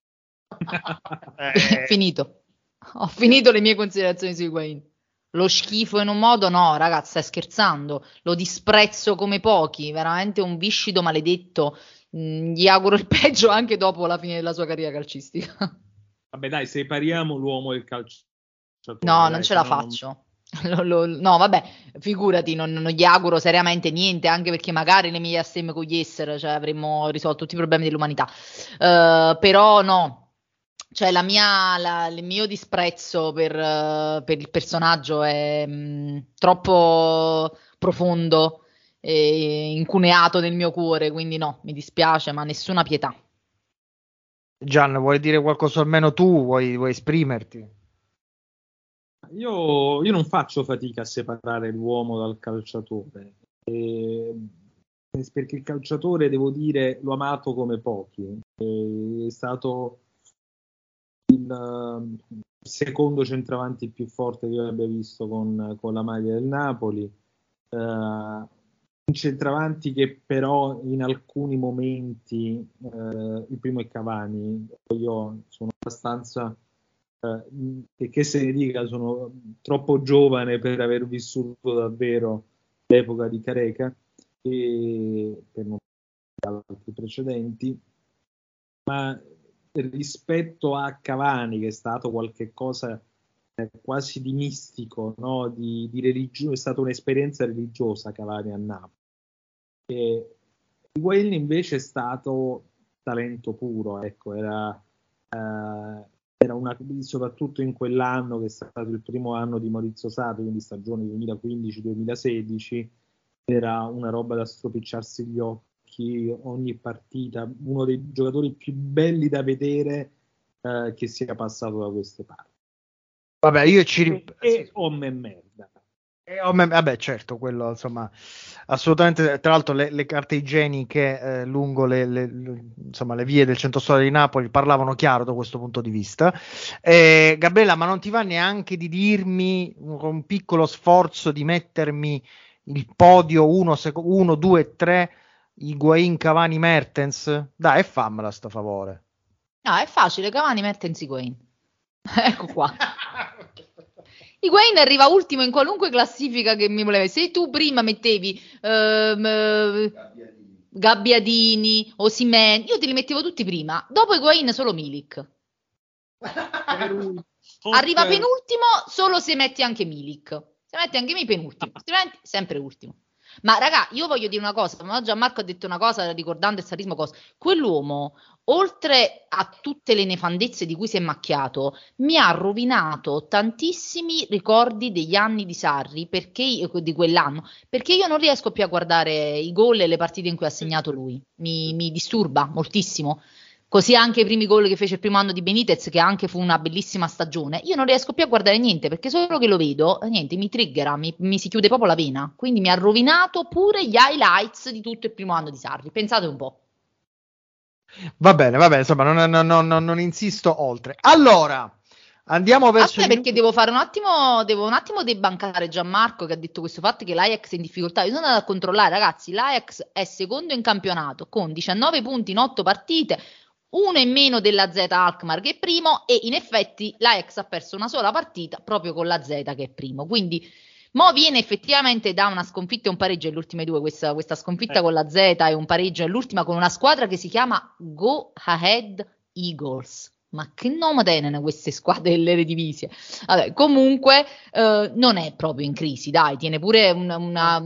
D: eh.
F: Finito. Ho finito le mie considerazioni su Higuain. Lo schifo in un modo, no, ragazzi, stai scherzando. Lo disprezzo come pochi, veramente un viscido maledetto. Mm, gli auguro il peggio anche dopo la fine della sua carriera calcistica.
E: Vabbè, dai, separiamo l'uomo e il calciatore.
F: No,
E: dai,
F: non ce la
E: no,
F: faccio. Lo, lo, no, vabbè, figurati, non, non gli auguro seriamente niente, anche perché magari le mie assieme cogliessero, cioè avremmo risolto tutti i problemi dell'umanità. Uh, però no. Cioè la mia, la, il mio disprezzo per, uh, per il personaggio è mh, troppo profondo e incuneato nel mio cuore, quindi no, mi dispiace, ma nessuna pietà.
D: Gian, vuoi dire qualcosa almeno tu? Vuoi, vuoi esprimerti?
E: Io, io non faccio fatica a separare l'uomo dal calciatore, e, perché il calciatore, devo dire, l'ho amato come pochi. È stato il secondo centravanti più forte che io abbia visto con, con la maglia del Napoli, uh, un centravanti che però in alcuni momenti, uh, il primo è Cavani, io sono abbastanza, uh, che, che se ne dica, sono troppo giovane per aver vissuto davvero l'epoca di Careca e per non parlare di altri precedenti, ma rispetto a Cavani, che è stato qualche cosa quasi di mistico, no? di, di religio- è stata un'esperienza religiosa Cavani a Napoli. E Higuain invece è stato talento puro, ecco, era, eh, era una, soprattutto in quell'anno che è stato il primo anno di Maurizio Sarri, quindi stagione duemilaquindici duemilasedici, era una roba da stropicciarsi gli occhi ogni partita, uno dei giocatori più belli da vedere eh, che sia passato da queste parti.
D: Vabbè, io ci rip-
E: e, e Om e merda.
D: E om- vabbè, certo, quello insomma, assolutamente. Tra l'altro, le, le carte igieniche eh, lungo le, le, le, insomma, le vie del centro storico di Napoli parlavano chiaro da questo punto di vista. Eh, Gabriella, ma non ti va neanche di dirmi un, un piccolo sforzo di mettermi il podio uno, due, tre, Higuain, Cavani, Mertens? Dai, fammela sto favore.
F: No, è facile, Cavani, Mertens, Higuain. Ecco qua. Higuain arriva ultimo in qualunque classifica che mi volevi. Se tu prima mettevi ehm, Gabbiadini, Gabbiadini Osimhen, io te li mettevo tutti prima. Dopo Higuain solo Milik. Arriva penultimo solo se metti anche Milik. Se metti anche me penultimo, altrimenti sempre ultimo. Ma raga, io voglio dire una cosa, ma Gianmarco ha detto una cosa ricordando il sarismo cosa. Quell'uomo, oltre a tutte le nefandezze di cui si è macchiato, mi ha rovinato tantissimi ricordi degli anni di Sarri, perché di quell'anno, perché io non riesco più a guardare i gol e le partite in cui ha segnato lui. Mi, mi disturba moltissimo. Così anche i primi gol che fece il primo anno di Benitez, che anche fu una bellissima stagione, io non riesco più a guardare niente, perché solo che lo vedo, niente, mi triggera, mi, mi si chiude proprio la vena. Quindi mi ha rovinato pure gli highlights di tutto il primo anno di Sarri. Pensate un po'.
D: Va bene, va bene, insomma, non, non, non, non insisto oltre. Allora, andiamo verso...
F: Aspetta, perché devo fare un attimo, devo un attimo debancare Gianmarco che ha detto questo fatto che l'Ajax è in difficoltà. Io sono andata a controllare, ragazzi, l'Ajax è secondo in campionato con diciannove punti in otto partite, uno in meno della Z Alkmaar che è primo, e in effetti l'Ajax ha perso una sola partita proprio con la Z che è primo, quindi mo viene effettivamente da una sconfitta e un pareggio alle ultime due, questa, questa sconfitta eh. con la Z e un pareggio all'ultima con una squadra che si chiama Go Ahead Eagles. Ma che nome tenono queste squadre dell'Eredivisie? Vabbè, comunque eh, non è proprio in crisi, dai, tiene pure una, una,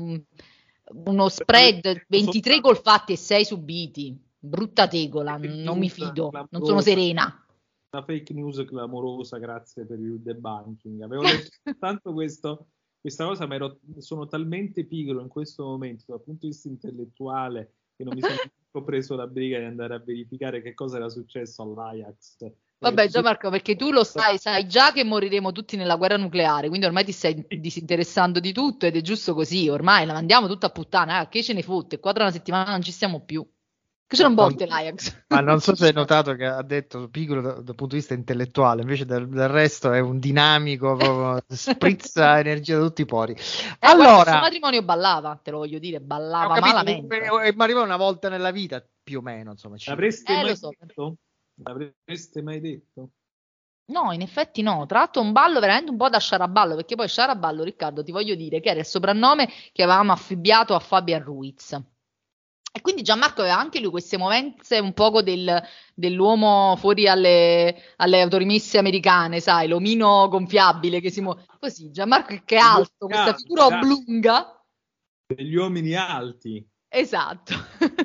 F: uno spread, ventitré gol fatti e sei subiti. Brutta tegola, non mi fido, non sono serena.
E: Una fake news clamorosa, grazie per il debunking. Avevo letto tanto questo, questa cosa, ma ero, sono talmente pigro in questo momento dal punto di vista intellettuale che non mi sono preso la briga di andare a verificare che cosa era successo all'Ajax.
F: Vabbè, Gianmarco, perché tu lo sai, sai già che moriremo tutti nella guerra nucleare, quindi ormai ti stai disinteressando di tutto ed è giusto così, ormai la mandiamo tutta a puttana, eh, che ce ne fotte, qua tra una settimana non ci siamo più. Che c'è un botte l'Ajax.
D: Ma non so se hai notato che ha detto piccolo da, dal punto di vista intellettuale, invece del, del resto è un dinamico, proprio, sprizza energia da tutti i pori.
F: Eh,
D: allora,
F: guarda, il suo matrimonio ballava, te lo voglio dire, ballava capito, malamente.
D: Ma arriva una volta nella vita, più o meno, insomma.
E: L'avreste
F: eh,
E: mai
F: so.
E: detto? L'avreste mai detto?
F: No, in effetti no, tra l'altro un ballo veramente un po' da sciaraballo, perché poi sciaraballo, Riccardo, ti voglio dire che era il soprannome che avevamo affibbiato a Fabian Ruiz. E quindi Gianmarco aveva anche lui queste movenze un poco del, dell'uomo fuori alle, alle autorimesse americane, sai, l'omino gonfiabile che si muove. Così, Gianmarco che è alto, questa figura oblunga.
E: Degli uomini alti.
F: Esatto.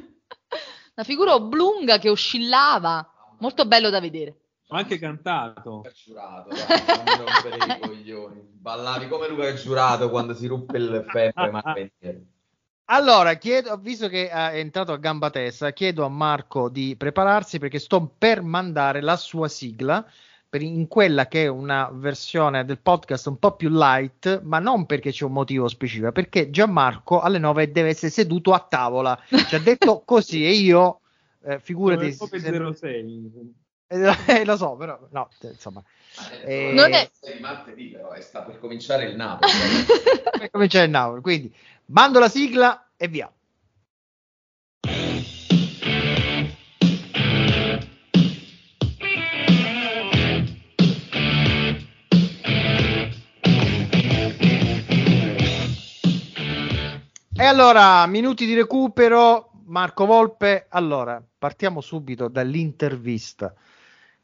F: Una figura oblunga che oscillava, molto bello da vedere.
E: Ho anche cantato.
A: Giurato, dai, non mi rompere i coglioni. Ballavi come Luca Giurato quando si ruppe il febbre, ma
D: allora, chiedo, visto che è entrato a gamba tesa, chiedo a Marco di prepararsi perché sto per mandare la sua sigla per in quella che è una versione del podcast un po' più light, ma non perché c'è un motivo specifico, perché Gianmarco alle nove deve essere seduto a tavola. Ci ha detto così e io, eh, figurati...
E: zero sei
D: Eh, lo so, però no, insomma,
A: eh, non è di martedì, però è sta per cominciare il Napoli.
D: Per cominciare il Napoli, quindi mando la sigla e via. E allora, minuti di recupero, Marco Volpe. Allora, partiamo subito dall'intervista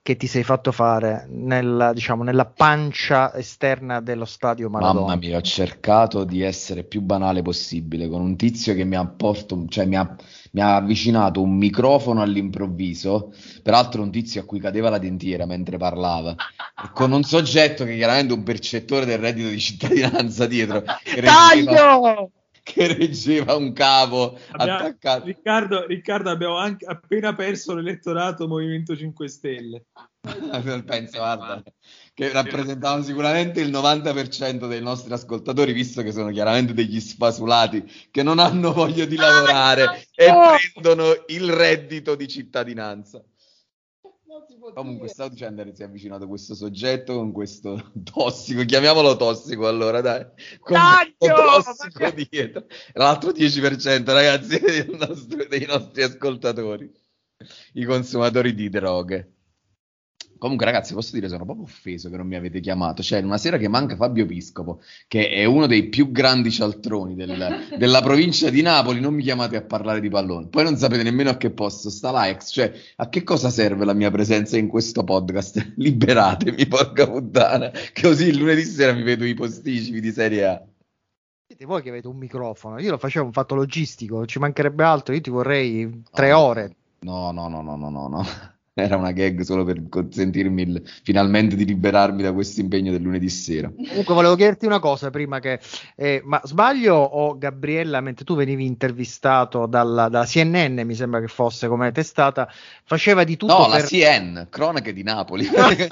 D: che ti sei fatto fare nella, diciamo, nella pancia esterna dello stadio Maradona?
A: Mamma mia, ho cercato di essere più banale possibile con un tizio che mi ha, porto, cioè mi ha, mi ha avvicinato un microfono all'improvviso, peraltro un tizio a cui cadeva la dentiera mentre parlava, e con un soggetto che chiaramente è un percettore del reddito di cittadinanza dietro, che reggeva, che reggeva un cavo
E: abbiamo,
A: attaccato.
E: Riccardo, Riccardo, abbiamo anche appena perso l'elettorato Movimento cinque Stelle.
A: Penso, guarda, che rappresentavano sicuramente il novanta per cento dei nostri ascoltatori, visto che sono chiaramente degli sfasulati che non hanno voglia di lavorare e prendono il reddito di cittadinanza. Comunque stavo dicendo che si è avvicinato questo soggetto con questo tossico, chiamiamolo tossico allora, dai, con questo tossico dietro, l'altro dieci per cento ragazzi dei nostri, dei nostri ascoltatori, i consumatori di droghe. Comunque ragazzi, posso dire, sono proprio offeso che non mi avete chiamato. Cioè, una sera che manca Fabio Piscopo, che è uno dei più grandi cialtroni del, della provincia di Napoli, non mi chiamate a parlare di pallone. Poi non sapete nemmeno a che posto sta l'Ajax. Cioè, a che cosa serve la mia presenza in questo podcast? Liberatemi, porca puttana, così il lunedì sera mi vedo i posticipi di Serie A.
D: Siete voi che avete un microfono, io lo facevo un fatto logistico, ci mancherebbe altro, io ti vorrei tre no, ore.
A: No, no, no, no, no, no, no. Era una gag solo per consentirmi il, finalmente di liberarmi da questo impegno del lunedì sera.
D: Comunque volevo chiederti una cosa prima che... Eh, ma sbaglio o Gabriella, mentre tu venivi intervistato dalla, dalla C N N, mi sembra che fosse come testata, faceva di tutto
A: no,
D: per...
A: la C N, cronache di Napoli.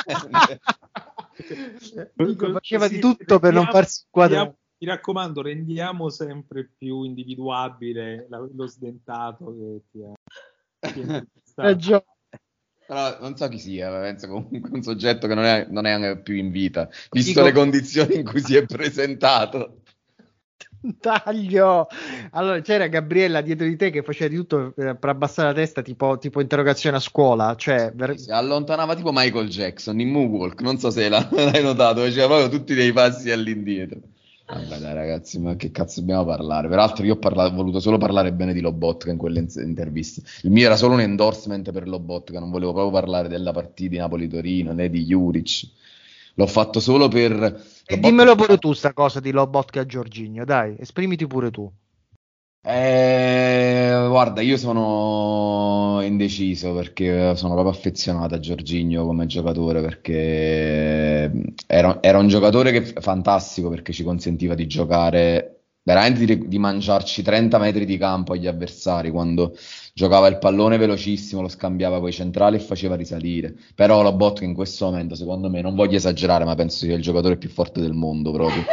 D: Dico, faceva di tutto per non farsi inquadrare.
E: Mi raccomando, rendiamo sempre più individuabile la, lo sdentato che ti ha... Ti ha
D: ragione.
A: Però non so chi sia, penso comunque un soggetto che non è, non è più in vita, visto
D: Dico...
A: le condizioni in cui si è presentato.
D: Taglio! Allora c'era Gabriella dietro di te che faceva di tutto per abbassare la testa, tipo, tipo interrogazione a scuola, cioè ver...
A: si allontanava tipo Michael Jackson in Moonwalk, non so se l'hai notato, faceva proprio tutti dei passi all'indietro. Vabbè dai ragazzi, ma che cazzo dobbiamo parlare? Peraltro io ho, parlato, ho voluto solo parlare bene di Lobotka in quelle interviste. Il mio era solo un endorsement per Lobotka, non volevo proprio parlare della partita di Napoli-Torino né di Juric. L'ho fatto solo per...
D: E
A: Lobotka...
D: dimmelo pure tu sta cosa di Lobotka a Jorginho, dai, esprimiti pure tu.
A: Eh, guarda, io sono indeciso perché sono proprio affezionato a Jorginho come giocatore, perché era, era un giocatore che fantastico, perché ci consentiva di giocare veramente, di, di mangiarci trenta metri di campo agli avversari. Quando giocava il pallone velocissimo lo scambiava coi centrali e faceva risalire. Però Lobotka in questo momento, secondo me, non voglio esagerare, ma penso sia il giocatore più forte del mondo proprio.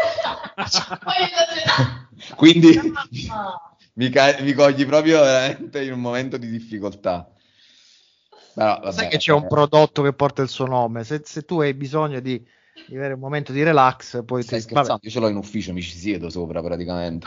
A: Quindi mi, ca- mi cogli proprio veramente in un momento di difficoltà. Però, vabbè,
D: sai che c'è un prodotto che porta il suo nome, se, se tu hai bisogno di, di avere un momento di relax, poi
A: stai
D: ti...
A: scherzando,
D: vabbè.
A: io ce l'ho in ufficio, mi ci siedo sopra praticamente.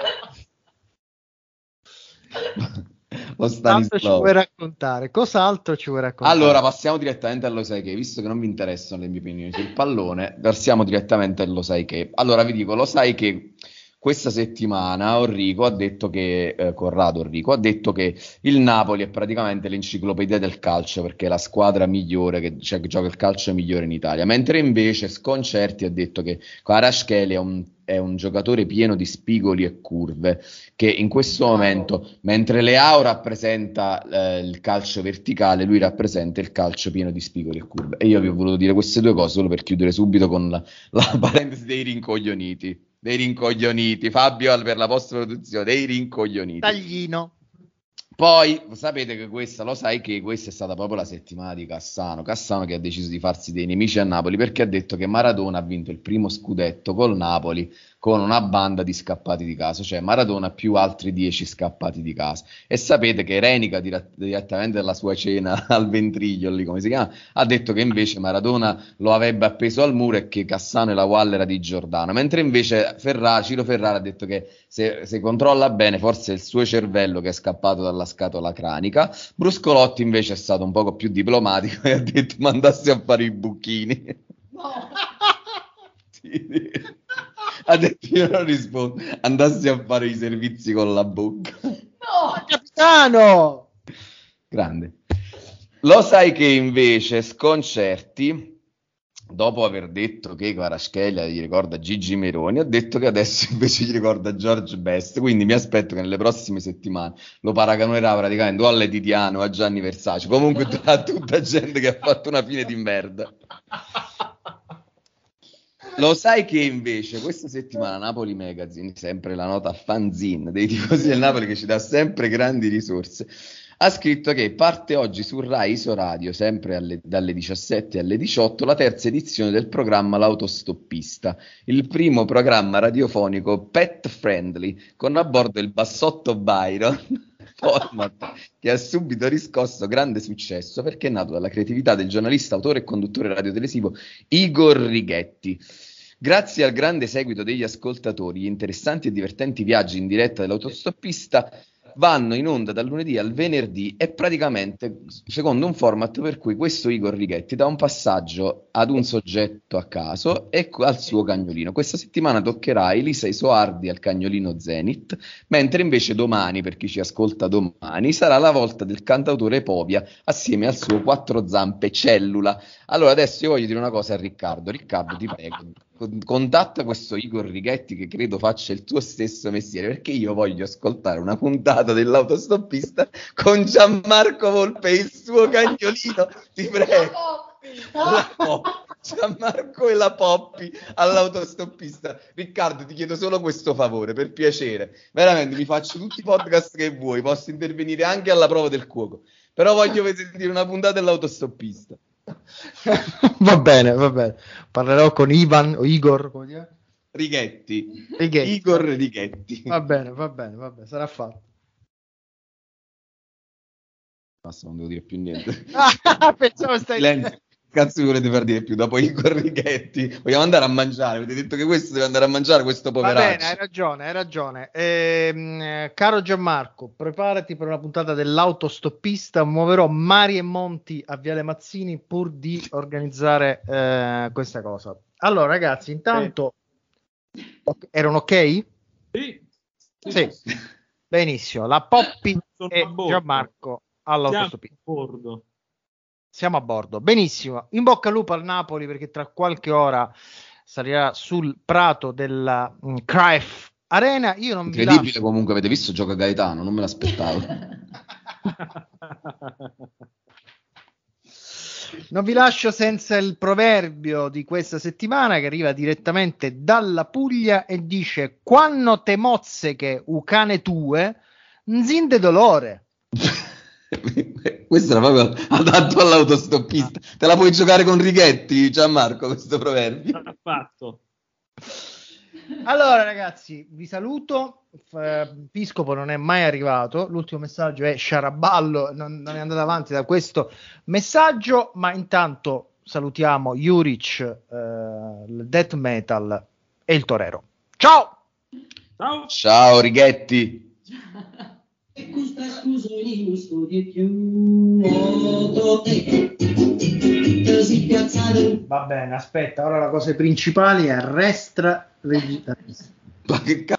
A: Lo
D: Cos'altro ci vuoi raccontare? Cos'altro ci vuoi raccontare?
A: Allora passiamo direttamente allo sai che, visto che non vi interessano le mie opinioni sul pallone, passiamo direttamente allo sai che. Allora vi dico, lo sai che questa settimana Enrico ha detto che, eh, Corrado Enrico ha detto che il Napoli è praticamente l'enciclopedia del calcio, perché è la squadra migliore, che, cioè, che gioca il calcio migliore in Italia, mentre invece Sconcerti ha detto che Kvaratskhelia è un, è un giocatore pieno di spigoli e curve, che in questo momento, mentre Leao rappresenta eh, il calcio verticale, lui rappresenta il calcio pieno di spigoli e curve. E io vi ho voluto dire queste due cose solo per chiudere subito con la, la parentesi dei rincoglioniti. Dei rincoglioniti, Fabio per la post-produzione, dei rincoglioniti.
D: Taglino.
A: Poi sapete che questa, lo sai che questa è stata proprio la settimana di Cassano, Cassano che ha deciso di farsi dei nemici a Napoli, perché ha detto che Maradona ha vinto il primo scudetto col Napoli con una banda di scappati di casa, cioè Maradona più altri dieci scappati di casa. E sapete che Renica, dir- direttamente dalla sua cena al Ventriglio, lì come si chiama, ha detto che invece Maradona lo avrebbe appeso al muro e che Cassano e la Wall era di Giordano, mentre invece Ferrara, Ciro Ferrara ha detto che se, se controlla bene forse è il suo cervello che è scappato dalla scatola cranica. Bruscolotti invece è stato un poco più diplomatico e ha detto mandassi a fare i buchini. No. Sì, sì. Ha detto io non rispondo, andassi a fare i servizi con la bocca.
D: No, capitano!
A: Grande. Lo sai che invece Sconcerti, dopo aver detto che Kvaratskhelia gli ricorda Gigi Meroni, ha detto che adesso invece gli ricorda George Best, quindi mi aspetto che nelle prossime settimane lo paragonerà praticamente o a Lady Diana o a Gianni Versace, comunque tra tutta gente che ha fatto una fine di merda. Lo sai che invece questa settimana Napoli Magazine, sempre la nota fanzine dei tifosi del Napoli che ci dà sempre grandi risorse, ha scritto che parte oggi su Rai Isoradio, sempre alle, dalle diciassette alle diciotto, la terza edizione del programma L'Autostoppista, il primo programma radiofonico pet friendly, con a bordo il bassotto Byron, format che ha subito riscosso grande successo perché è nato dalla creatività del giornalista, autore e conduttore radiotelevisivo Igor Righetti. Grazie al grande seguito degli ascoltatori, gli interessanti e divertenti viaggi in diretta dell'autostoppista vanno in onda dal lunedì al venerdì e praticamente secondo un format per cui questo Igor Righetti dà un passaggio ad un soggetto a caso e al suo cagnolino. Questa settimana toccherà Elisa Isoardi al cagnolino Zenith, mentre invece domani, per chi ci ascolta domani, sarà la volta del cantautore Povia assieme al suo quattro zampe Cellula. Allora adesso io voglio dire una cosa a Riccardo. Riccardo, ti prego, contatta questo Igor Righetti che credo faccia il tuo stesso mestiere, perché io voglio ascoltare una puntata dell'autostoppista con Gianmarco Volpe e il suo cagnolino, ti prego. La Poppi. Gianmarco e la Poppi all'autostoppista. Riccardo, ti chiedo solo questo favore, per piacere, veramente mi faccio tutti i podcast che vuoi, posso intervenire anche alla prova del cuoco, però voglio sentire una puntata dell'autostoppista.
D: Va bene, va bene. Parlerò con Ivan o Igor, come dire?
A: Righetti.
D: Righetti.
A: Igor Righetti.
D: Va bene, va bene, va bene, sarà fatto.
A: Basta, non devo dire più niente.
D: Pensavo stai
A: Silenzio. Cazzo vi volete far dire più dopo Igor Righetti? Vogliamo andare a mangiare, avete detto che questo deve andare a mangiare, questo poveraccio.
D: Va bene, hai ragione, hai ragione. Ehm, caro Gianmarco, preparati per una puntata dell'autostoppista. Muoverò mari e monti a Viale Mazzini pur di organizzare eh, questa cosa. Allora ragazzi, intanto okay, erano ok?
E: Sì.
D: Sì. Benissimo, la Poppi
E: Sono
D: e
E: a bordo.
D: Gianmarco all'autostoppista.
E: Siamo a bordo.
D: Siamo a bordo, benissimo. In bocca al lupo al Napoli, perché tra qualche ora salirà sul prato della um, Cruyff Arena. Io non vi
A: Incredibile
D: lascio...
A: comunque, avete visto Gioca Gaetano, non me l'aspettavo.
D: Non vi lascio senza il proverbio di questa settimana che arriva direttamente dalla Puglia e dice: quando te mozzeche u cane tue, nzinde dolore.
A: Questo era proprio adatto all'autostoppista. Te la puoi giocare con Righetti, Gianmarco, questo proverbio.
E: Fatto.
D: Allora ragazzi, vi saluto. F- Piscopo non è mai arrivato. L'ultimo messaggio è Sciaraballo, non, non è andato avanti da questo messaggio, ma intanto salutiamo Juric, eh, il death metal e il torero. Ciao!
E: Ciao!
A: Ciao Righetti!
C: E questa scusa in uno studio chiuso te, si piazzare.
D: Va bene, aspetta, ora le cose principali è restra registrare.
A: Ma che cazzo?